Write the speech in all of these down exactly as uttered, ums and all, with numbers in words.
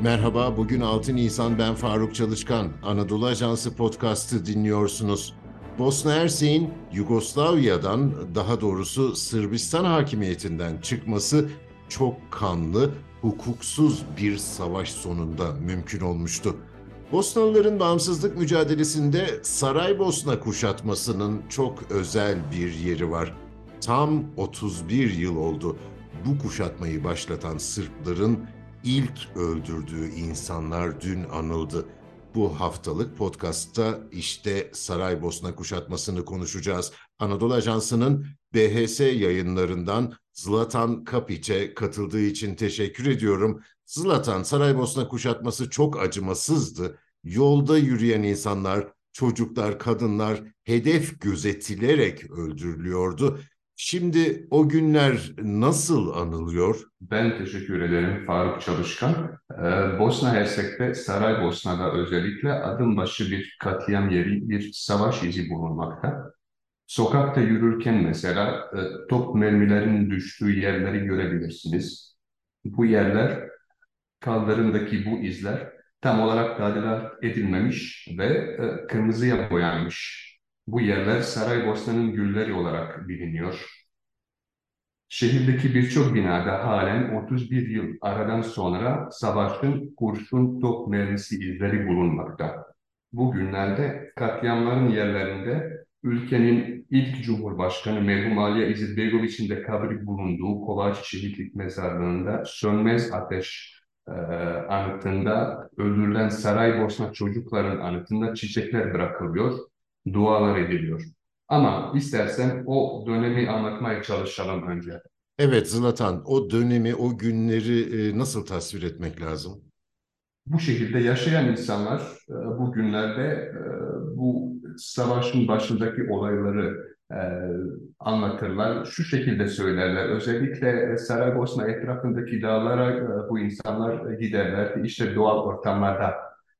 Merhaba, bugün altı Nisan, ben Faruk Çalışkan. Anadolu Ajansı podcast'ı dinliyorsunuz. Bosna Hersek'in Yugoslavya'dan, daha doğrusu Sırbistan hakimiyetinden çıkması çok kanlı, hukuksuz bir savaş sonunda mümkün olmuştu. Bosnalıların bağımsızlık mücadelesinde Saraybosna kuşatmasının çok özel bir yeri var. Tam otuz bir yıl oldu bu kuşatmayı başlatan Sırpların ilk öldürdüğü insanlar dün anıldı. Bu haftalık podcastta işte Saraybosna kuşatmasını konuşacağız. Anadolu Ajansı'nın B H S yayınlarından Zlatan Kapiç'e katıldığı için teşekkür ediyorum. Zlatan, Saraybosna kuşatması çok acımasızdı. Yolda yürüyen insanlar, çocuklar, kadınlar hedef gözetilerek öldürülüyordu. Şimdi o günler nasıl anılıyor? Ben teşekkür ederim Faruk Çalışkan. Ee, Bosna Hersek'te, Saraybosna'da özellikle adım başı bir katliam yeri, bir savaş izi bulunmakta. Sokakta yürürken mesela e, top mermilerinin düştüğü yerleri görebilirsiniz. Bu yerler, kaldırımdaki bu izler tam olarak tadilat edilmemiş ve e, kırmızıya boyanmış. Bu yerler Saraybosna'nın gülleri olarak biliniyor. Şehirdeki birçok binada halen otuz bir yıl aradan sonra savaşın kurşun top mermisi izleri bulunmakta. Bugünlerde katliamların yerlerinde ülkenin ilk Cumhurbaşkanı merhum Alija İzetbegoviç'in de kabri bulunduğu Kovaç Şehitlik Mezarlığı'nda sönmez ateş e, anıtında öldürülen Saraybosna çocukların anıtında çiçekler bırakılıyor, dualar ediliyor. Ama istersen o dönemi anlatmaya çalışalım önce. Evet Zlatan, o dönemi, o günleri e, nasıl tasvir etmek lazım? Bu şekilde yaşayan insanlar e, bugünlerde e, bu savaşın başındaki olayları e, anlatırlar. Şu şekilde söylerler. Özellikle Saraybosna etrafındaki dağlara e, bu insanlar giderler. İşte doğal ortamlarda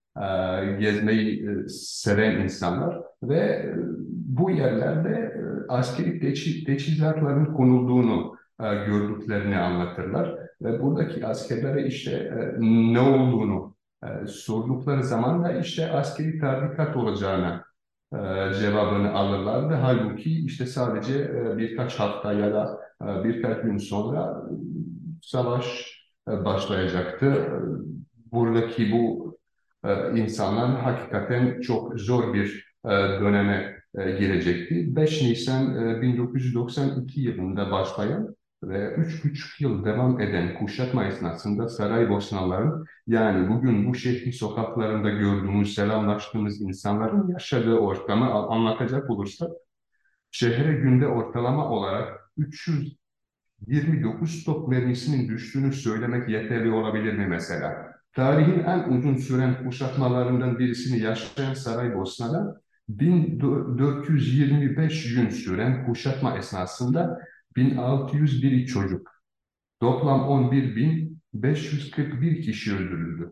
e, gezmeyi e, seven insanlar ve e, bu yerlerde e, askeri teçhi- teçhizatların konulduğunu e, gördüklerini anlatırlar. Ve buradaki askerlere işte e, ne olduğunu e, sordukları zaman da işte askeri tatbikat olacağına e, cevabını alırlardı. Halbuki işte sadece e, birkaç hafta ya da e, birkaç gün sonra e, savaş e, başlayacaktı. E, Buradaki bu e, insanlar hakikaten çok zor bir e, döneme e, girecekti. beş Nisan e, bin dokuz yüz doksan iki yılında başlayan ve üç buçuk yıl devam eden kuşatma esnasında Saraybosnalıların, yani bugün bu şehrin sokaklarında gördüğümüz, selamlaştığımız insanların yaşadığı ortamı a- anlatacak olursak, şehre günde ortalama olarak üç yüz yirmi dokuz top mermisinin düştüğünü söylemek yeterli olabilir mi mesela? Tarihin en uzun süren kuşatmalarından birisini yaşayan Saraybosna'da bin dört yüz yirmi beş gün süren kuşatma esnasında bin altı yüz bir çocuk, toplam on bir bin beş yüz kırk bir kişi öldürüldü.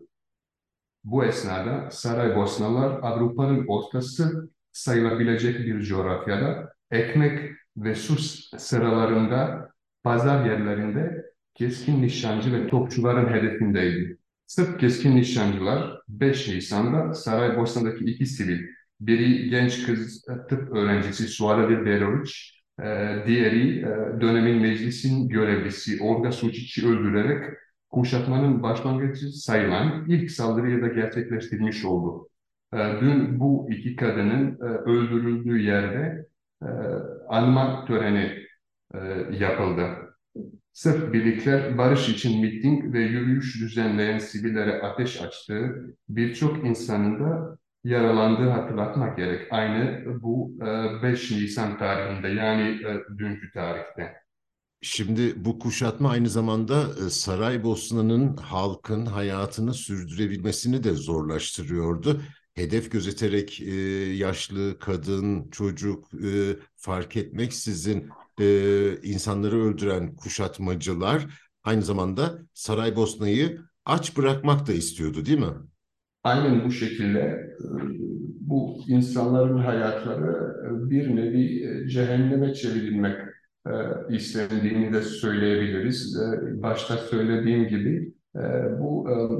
Bu esnada Saraybosnalılar Avrupa'nın ortası sayılabilecek bir coğrafyada ekmek ve su sıralarında, pazar yerlerinde keskin nişancı ve topçuların hedefindeydi. Sırp keskin nişancılar beş Nisan'da Saraybosna'daki iki sivil, biri genç kız e, tıp öğrencisi Suada Berovic, e, diğeri e, dönemin meclisin görevlisi Olga Suçic'i öldürerek kuşatmanın başlangıcı sayılan ilk saldırıyı da gerçekleştirmiş oldu. E, Dün bu iki kadının e, öldürüldüğü yerde e, anma töreni e, yapıldı. Sırp birlikler barış için miting ve yürüyüş düzenleyen sivillere ateş açtığı, birçok insanın da yaralandığı hatırlatmak gerek. Aynı bu e, beş Nisan tarihinde, yani e, dünkü tarihte. Şimdi bu kuşatma aynı zamanda e, Saraybosna'nın halkın hayatını sürdürebilmesini de zorlaştırıyordu. Hedef gözeterek e, yaşlı, kadın, çocuk e, fark etmeksizin e, insanları öldüren kuşatmacılar aynı zamanda Saraybosna'yı aç bırakmak da istiyordu, değil mi? Aynen bu şekilde e, bu insanların hayatları e, bir nevi e, cehenneme çevrilmek e, istendiğini de söyleyebiliriz. E, Başta söylediğim gibi e, bu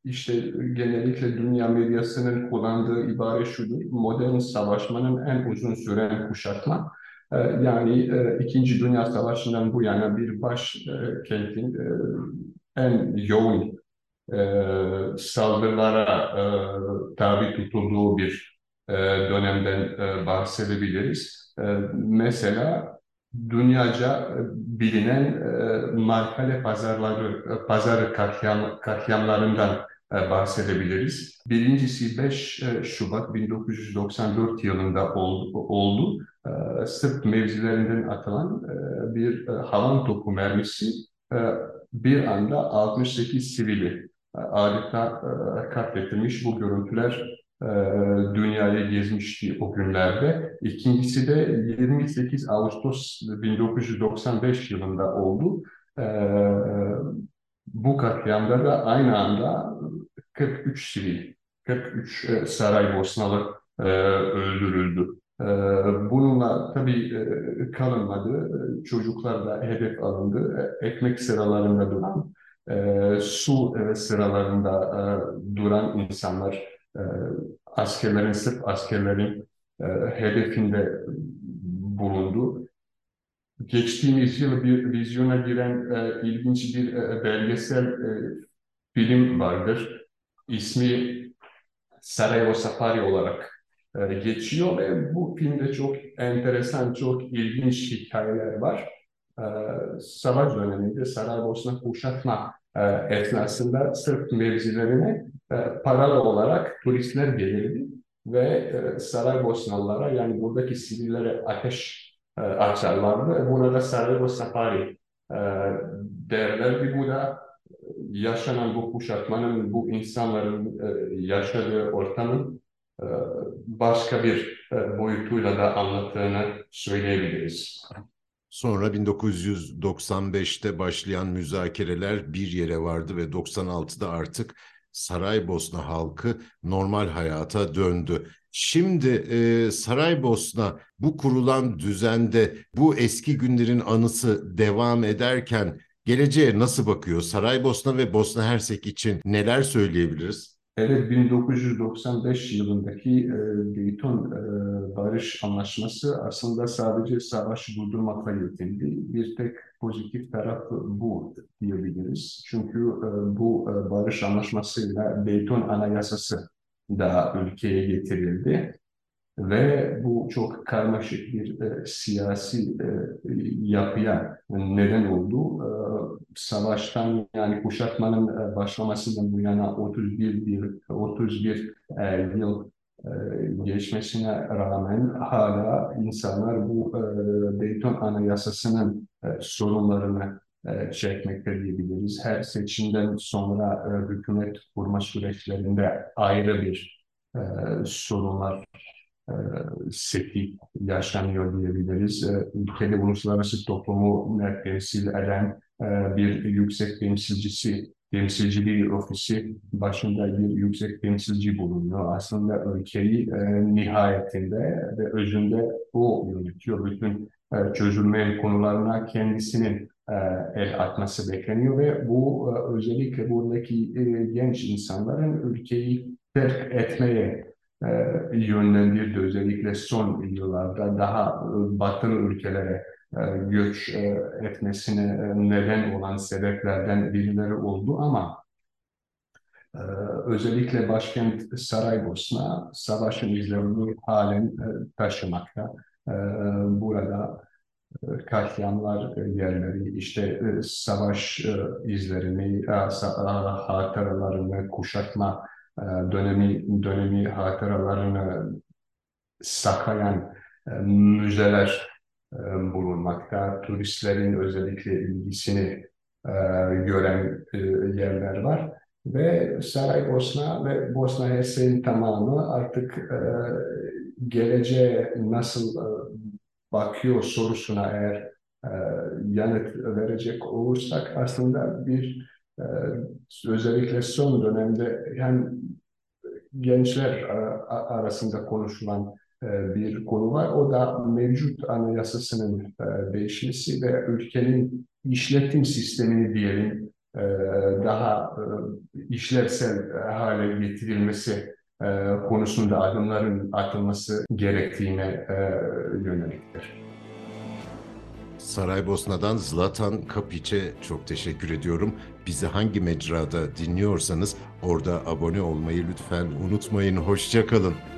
işte genellikle dünya medyasının kullandığı ibare şudur: modern savaşmanın en uzun süren kuşatma. E, Yani e, İkinci Dünya Savaşı'ndan bu yana bir başkentin e, en yoğun e, saldırılara e, tabi tutulduğu bir e, dönemden e, bahsedebiliriz. E, mesela dünyaca e, bilinen e, Markale pazarları, e, pazarı katliam, katliamlarından e, bahsedebiliriz. Birincisi beş e, Şubat bin dokuz yüz doksan dört yılında oldu. oldu. E, Sırp mevzilerinden atılan e, bir e, havan topu mermisi e, bir anda altmış sekiz sivili adeta e, katledilmiş. Bu görüntüler e, dünyayı gezmişti o günlerde. İkincisi de yirmi sekiz Ağustos bin dokuz yüz doksan beş yılında oldu. E, Bu katliamda da aynı anda kırk üç sivil, kırk üç e, Saraybosnalı e, öldürüldü. E, Bununla tabii e, kalınmadı. Çocuklar da hedef alındı. E, Ekmek sıralarında duran, e, su e, sıralarında e, duran insanlar, e, askerlerin, Sırp askerlerin e, hedefinde bulundu. Geçtiğimiz yıl bir vizyona giren e, ilginç bir e, belgesel e, film vardır. İsmi Sarajevo Safari olarak e, geçiyor ve bu filmde çok enteresan, çok ilginç hikayeler var. E, Savaş döneminde Saraybosna kuşatma e, esnasında Sırp mevzilerine e, paralı olarak turistler gelirdi ve e, Saraybosnalılara, yani buradaki sivillere ateş e, açarlardı. Buna da Sarajevo Safari e, derlerdi. Bu da yaşanan bu kuşatmanın, bu insanların e, yaşadığı ortamın e, başka bir e, boyutuyla da anlattığını söyleyebiliriz. Sonra bin dokuz yüz doksan beşte başlayan müzakereler bir yere vardı ve doksan altıda artık Saraybosna halkı normal hayata döndü. Şimdi e, Saraybosna bu kurulan düzende bu eski günlerin anısı devam ederken geleceğe nasıl bakıyor? Saraybosna ve Bosna Hersek için neler söyleyebiliriz? Evet, bin dokuz yüz doksan beş yılındaki e, Dayton e, Barış Anlaşması aslında sadece savaşı durdurmakla yetindi. Bir tek pozitif tarafı bu diyebiliriz. Çünkü e, bu e, Barış Anlaşması'yla Dayton Anayasası da ülkeye getirildi. Ve bu çok karmaşık bir e, siyasi e, yapıya neden oldu. E, savaştan, yani kuşatmanın e, başlamasından bu yana otuz bir, bir, otuz bir e, yıl e, geçmesine rağmen hala insanlar bu e, Dayton Anayasası'nın e, sorunlarını e, çekmekte diyebiliriz. Her seçimden sonra e, hükümet kurma süreçlerinde ayrı bir e, sorunlar e, seti yaşanıyor diyebiliriz. E, Ülkede uluslararası toplumu e, temsil eden e, bir yüksek temsilcisi, temsilciliği ofisi başında bir yüksek temsilci bulunuyor. Aslında ülkeyi e, nihayetinde ve özünde o yönetiyor. Bütün e, çözülmeyen konularına kendisinin e, el atması bekleniyor ve bu e, özellikle buradaki e, genç insanların ülkeyi terk etmeye e, yönlendirdi. Özellikle son yıllarda daha e, batılı ülkelere e, göç e, etmesine e, neden olan sebeplerden birileri oldu ama e, özellikle başkent Saraybosna savaşın izlerini halen e, taşımakta. E, Burada e, katliamlar e, yerleri, işte e, savaş e, izlerini, e, sa- e, hatıralarını, kuşatma e, dönemi dönemi hatıralarını saklayan e, müzeler e, bulunmakta. Turistlerin özellikle ilgisini e, gören e, yerler var. Ve Saraybosna ve Bosna Hersek'in tamamı artık e, geleceğe nasıl e, bakıyor sorusuna eğer e, yanıt verecek olursak aslında bir e, özellikle son dönemde hem gençler arasında konuşulan e, bir konu var. O da mevcut anayasasının e, değişmesi ve ülkenin işletim sistemini diyelim e, daha e, işlevsel hale getirilmesi e, konusunda adımların atılması gerektiğine e, yöneliktir. Saraybosna'dan Zlatan Kapiç'e çok teşekkür ediyorum. Bizi hangi mecrada dinliyorsanız orada abone olmayı lütfen unutmayın. Hoşça kalın.